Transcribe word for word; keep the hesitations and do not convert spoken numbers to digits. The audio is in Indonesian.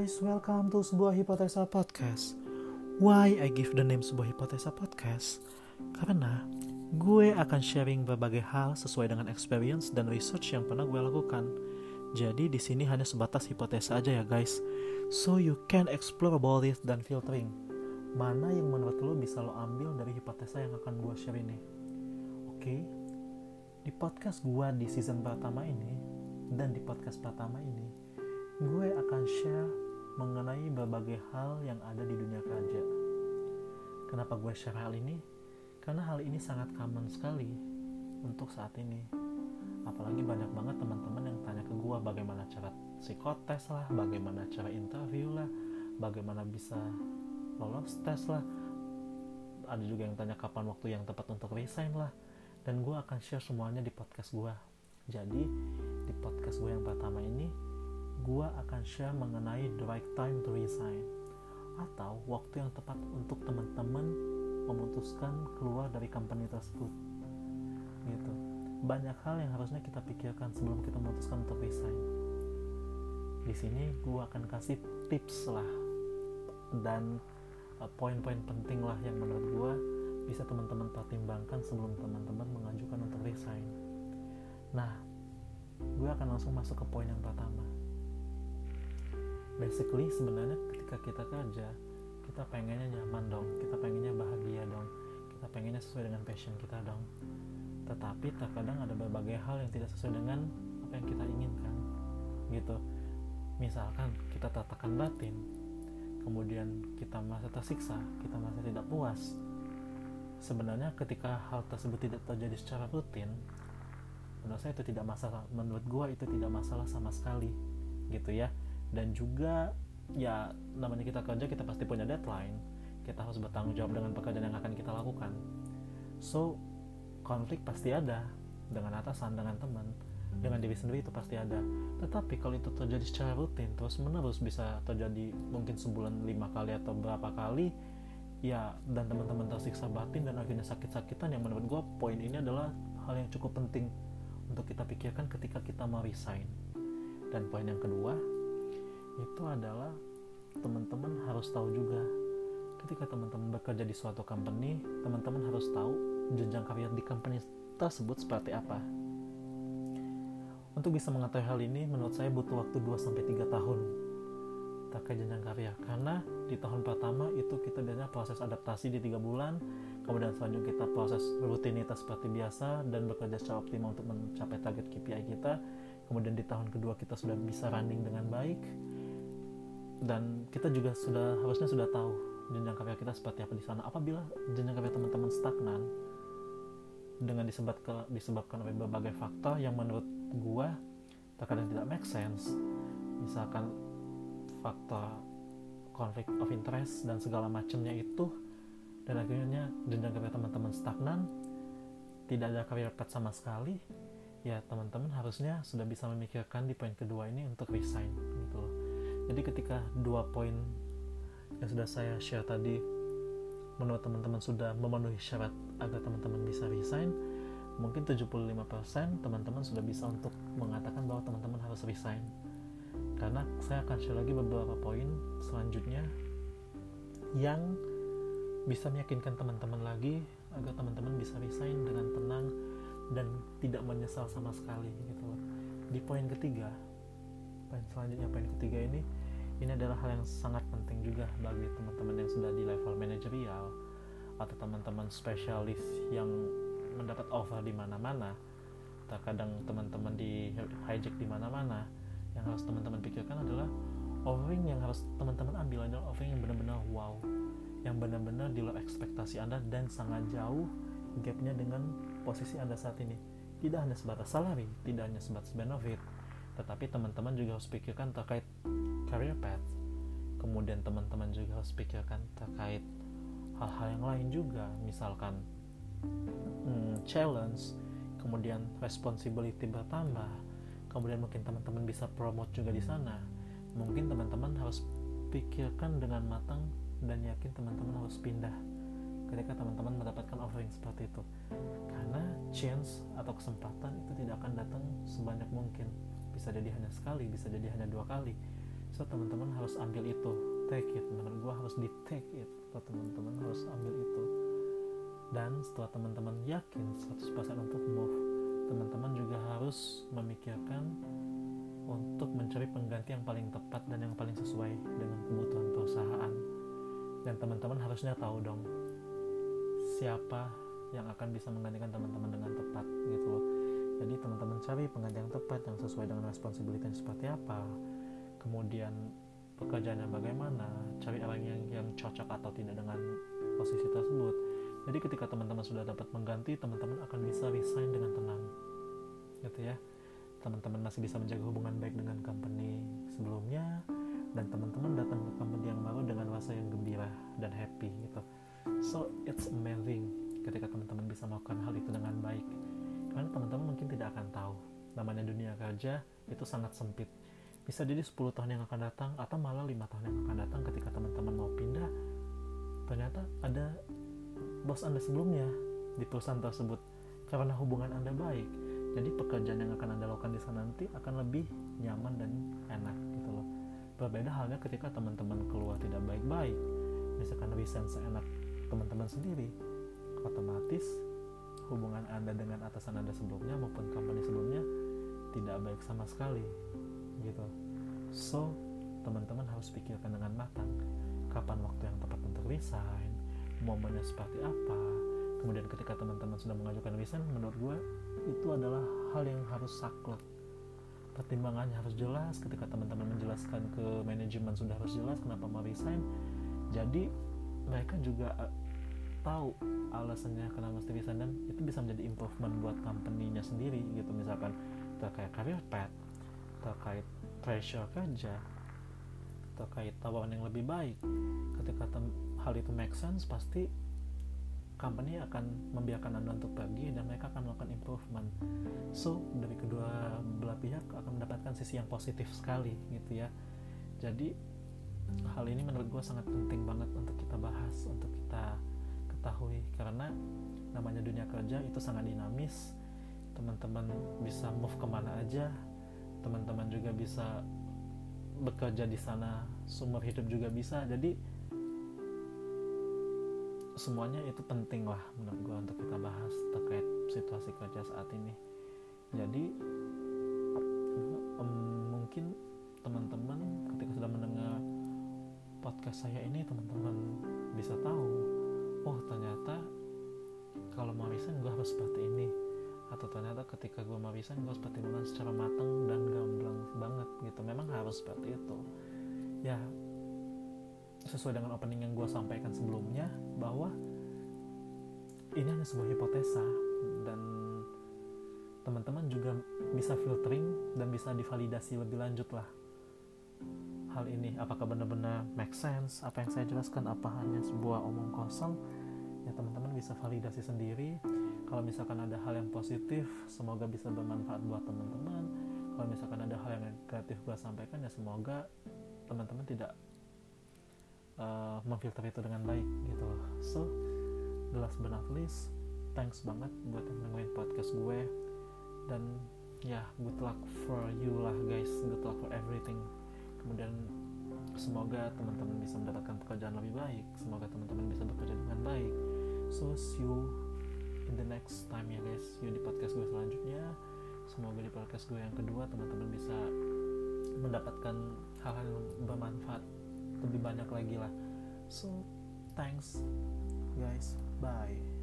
guys, welcome to sebuah hipotesa podcast. Why I give the name sebuah hipotesa podcast? Karena gue akan sharing berbagai hal sesuai dengan experience dan research yang pernah gue lakukan. Jadi di sini hanya sebatas hipotesa aja ya guys. So you can explore about it dan filtering. Mana yang menurut lo bisa lo ambil dari hipotesa yang akan gue share ini. Oke, okay? Di podcast gue di season pertama ini dan di podcast pertama ini, gue akan share mengenai berbagai hal yang ada di dunia kerja. Kenapa gue share hal ini? Karena hal ini sangat common sekali untuk saat ini. Apalagi banyak banget teman-teman yang tanya ke gue bagaimana cara psikotes lah, bagaimana cara interview lah, bagaimana bisa lolos tes lah. Ada juga yang tanya kapan waktu yang tepat untuk resign lah. Dan gue akan share semuanya di podcast gue. Jadi di podcast gue yang pertama ini, gue akan share mengenai the right time to resign, atau waktu yang tepat untuk teman-teman memutuskan keluar dari company tersebut. Gitu. Banyak hal yang harusnya kita pikirkan sebelum kita memutuskan untuk resign. Di sini gue akan kasih tips lah dan uh, poin-poin penting lah yang menurut gue bisa teman-teman pertimbangkan sebelum teman-teman mengajukan untuk resign. Nah, gue akan langsung masuk ke poin yang pertama. Basically sebenarnya ketika kita kerja, kita pengennya nyaman dong, kita pengennya bahagia dong, kita pengennya sesuai dengan passion kita dong. Tetapi terkadang ada berbagai hal yang tidak sesuai dengan apa yang kita inginkan, gitu. Misalkan kita tertekan batin, kemudian kita merasa tersiksa, kita merasa tidak puas. Sebenarnya ketika hal tersebut tidak terjadi secara rutin, menurut saya itu tidak masalah, menurut gue itu tidak masalah sama sekali, gitu ya. Dan juga ya namanya kita kerja, kita pasti punya deadline, kita harus bertanggung jawab dengan pekerjaan yang akan kita lakukan. So konflik pasti ada dengan atasan, dengan teman, dengan diri sendiri itu pasti ada. Tetapi kalau itu terjadi secara rutin terus menerus, bisa terjadi mungkin sebulan lima kali atau berapa kali ya, dan teman-teman tersiksa batin dan akhirnya sakit-sakitan, yang menurut gue poin ini adalah hal yang cukup penting untuk kita pikirkan ketika kita mau resign. Dan poin yang kedua itu adalah teman-teman harus tahu juga ketika teman-teman bekerja di suatu company, teman-teman harus tahu jenjang karir di company tersebut seperti apa. Untuk bisa mengetahui hal ini, menurut saya butuh waktu dua sampai tiga tahun terkait jenjang karir. Karena di tahun pertama itu kita biasanya proses adaptasi di tiga bulan, kemudian selanjutnya kita proses rutinitas seperti biasa dan bekerja secara optimal untuk mencapai target K P I kita. Kemudian di tahun kedua kita sudah bisa running dengan baik, dan kita juga sudah harusnya sudah tahu jenjang karir kita seperti apa di sana. Apabila jenjang karir teman-teman stagnan dengan disebabkan, disebabkan oleh berbagai faktor yang menurut gua terkadang tidak make sense, misalkan faktor conflict of interest dan segala macamnya itu, dan akhirnya jenjang karir teman-teman stagnan, tidak ada karir path sama sekali, ya teman-teman harusnya sudah bisa memikirkan di poin kedua ini untuk resign, gitu loh. Jadi ketika dua poin yang sudah saya share tadi menurut teman-teman sudah memenuhi syarat agar teman-teman bisa resign, mungkin tujuh puluh lima persen teman-teman sudah bisa untuk mengatakan bahwa teman-teman harus resign. Karena saya akan share lagi beberapa poin selanjutnya yang bisa meyakinkan teman-teman lagi agar teman-teman bisa resign dengan tenang dan tidak menyesal sama sekali, gitu loh. Di poin ketiga, poin selanjutnya, poin ketiga ini ini adalah hal yang sangat penting juga bagi teman-teman yang sudah di level manajerial atau teman-teman spesialis yang mendapat offer di mana-mana. Terkadang teman-teman di hijack di mana-mana. Yang harus teman-teman pikirkan adalah offering yang harus teman-teman ambil adalah offering yang benar-benar wow, yang benar-benar di luar ekspektasi Anda dan sangat jauh gapnya dengan posisi Anda saat ini. Tidak hanya sebatas salary, tidak hanya sebatas benefit, tetapi teman-teman juga harus pikirkan terkait career path. Kemudian teman-teman juga harus pikirkan terkait hal-hal yang lain juga, misalkan hmm, challenge, kemudian responsibility bertambah, kemudian mungkin teman-teman bisa promote juga di sana. Mungkin teman-teman harus pikirkan dengan matang dan yakin teman-teman harus pindah ketika teman-teman mendapatkan offering seperti itu. Karena chance atau kesempatan itu tidak akan datang sebanyak mungkin. Bisa jadi hanya sekali, bisa jadi hanya dua kali. So teman-teman harus ambil itu, take it. Menurut gue harus di take it. So teman-teman harus ambil itu. Dan setelah teman-teman yakin seratus persen untuk move, teman-teman juga harus memikirkan untuk mencari pengganti yang paling tepat dan yang paling sesuai dengan kebutuhan perusahaan. Dan teman-teman harusnya tahu dong siapa yang akan bisa menggantikan teman-teman dengan tepat gitu loh. Jadi teman-teman cari pengganti yang tepat yang sesuai dengan responsibilitasnya seperti apa, kemudian pekerjaannya bagaimana, cari orang yang, yang cocok atau tidak dengan posisi tersebut. Jadi ketika teman-teman sudah dapat mengganti, teman-teman akan bisa resign dengan tenang gitu ya. Teman-teman masih bisa menjaga hubungan baik dengan company sebelumnya, dan teman-teman datang ke company yang baru dengan rasa yang gembira dan happy gitu. So it's amazing ketika teman-teman bisa melakukan hal itu dengan baik, karena teman-teman mungkin tidak akan tahu namanya dunia kerja itu sangat sempit. Bisa jadi sepuluh tahun yang akan datang atau malah lima tahun yang akan datang, ketika teman-teman mau pindah ternyata ada bos Anda sebelumnya di perusahaan tersebut. Karena hubungan Anda baik, jadi pekerjaan yang akan Anda lakukan di sana nanti akan lebih nyaman dan enak gitu loh. Berbeda halnya ketika teman-teman keluar tidak baik-baik, misalkan resign seenak teman-teman sendiri, otomatis hubungan Anda dengan atasan Anda sebelumnya maupun company sebelumnya tidak baik sama sekali gitu. So teman-teman harus pikirkan dengan matang kapan waktu yang tepat untuk resign, momennya seperti apa. Kemudian ketika teman-teman sudah mengajukan resign, menurut gue itu adalah hal yang harus saklek. Pertimbangannya harus jelas. Ketika teman-teman menjelaskan ke manajemen sudah harus jelas kenapa mau resign. Jadi mereka juga tahu alasannya kenapa mesti resign, dan itu bisa menjadi improvement buat company-nya sendiri gitu. Misalkan terkait career path, terkait pressure kerja, terkait tawaran yang lebih baik. Ketika tem- hal itu make sense, pasti company akan membiarkan Anda untuk pergi dan mereka akan melakukan improvement. So dari kedua belah pihak akan mendapatkan sisi yang positif sekali gitu ya. Jadi hal ini menurut gue sangat penting banget untuk kita bahas, untuk kita ketahui, karena namanya dunia kerja itu sangat dinamis. Teman-teman bisa move kemana aja, teman-teman juga bisa bekerja di sana seumur hidup juga bisa. Jadi semuanya itu penting lah menurut gue untuk kita bahas terkait situasi kerja saat ini. Jadi um, mungkin teman-teman ketika sudah mendengar podcast saya ini, teman-teman bisa tahu, oh ternyata kalau mau resign gue harus seperti ini, atau ternyata ketika gue mau resign gue harus pertimbangkan secara matang dan gamblang banget gitu. Memang harus seperti itu ya, sesuai dengan opening yang gue sampaikan sebelumnya, bahwa ini hanya sebuah hipotesa dan teman-teman juga bisa filtering dan bisa divalidasi lebih lanjut lah hal ini, apakah benar-benar make sense apa yang saya jelaskan, apa hanya sebuah omong kosong ya. Teman-teman bisa validasi sendiri. Kalau misalkan ada hal yang positif, semoga bisa bermanfaat buat teman-teman. Kalau misalkan ada hal yang negatif gue sampaikan, ya semoga teman-teman tidak uh, memfilter itu dengan baik gitu loh. So the last but not least, thanks banget buat yang dengerin podcast gue, dan ya yeah, good luck for you lah guys, good luck for everything. Kemudian semoga teman-teman bisa mendapatkan pekerjaan lebih baik, semoga teman-teman bisa bekerja dengan baik. So see you in the next time ya guys, see you di podcast gue selanjutnya. Semoga di podcast gue yang kedua teman-teman bisa mendapatkan hal-hal yang bermanfaat lebih banyak lagi lah. So thanks guys, bye.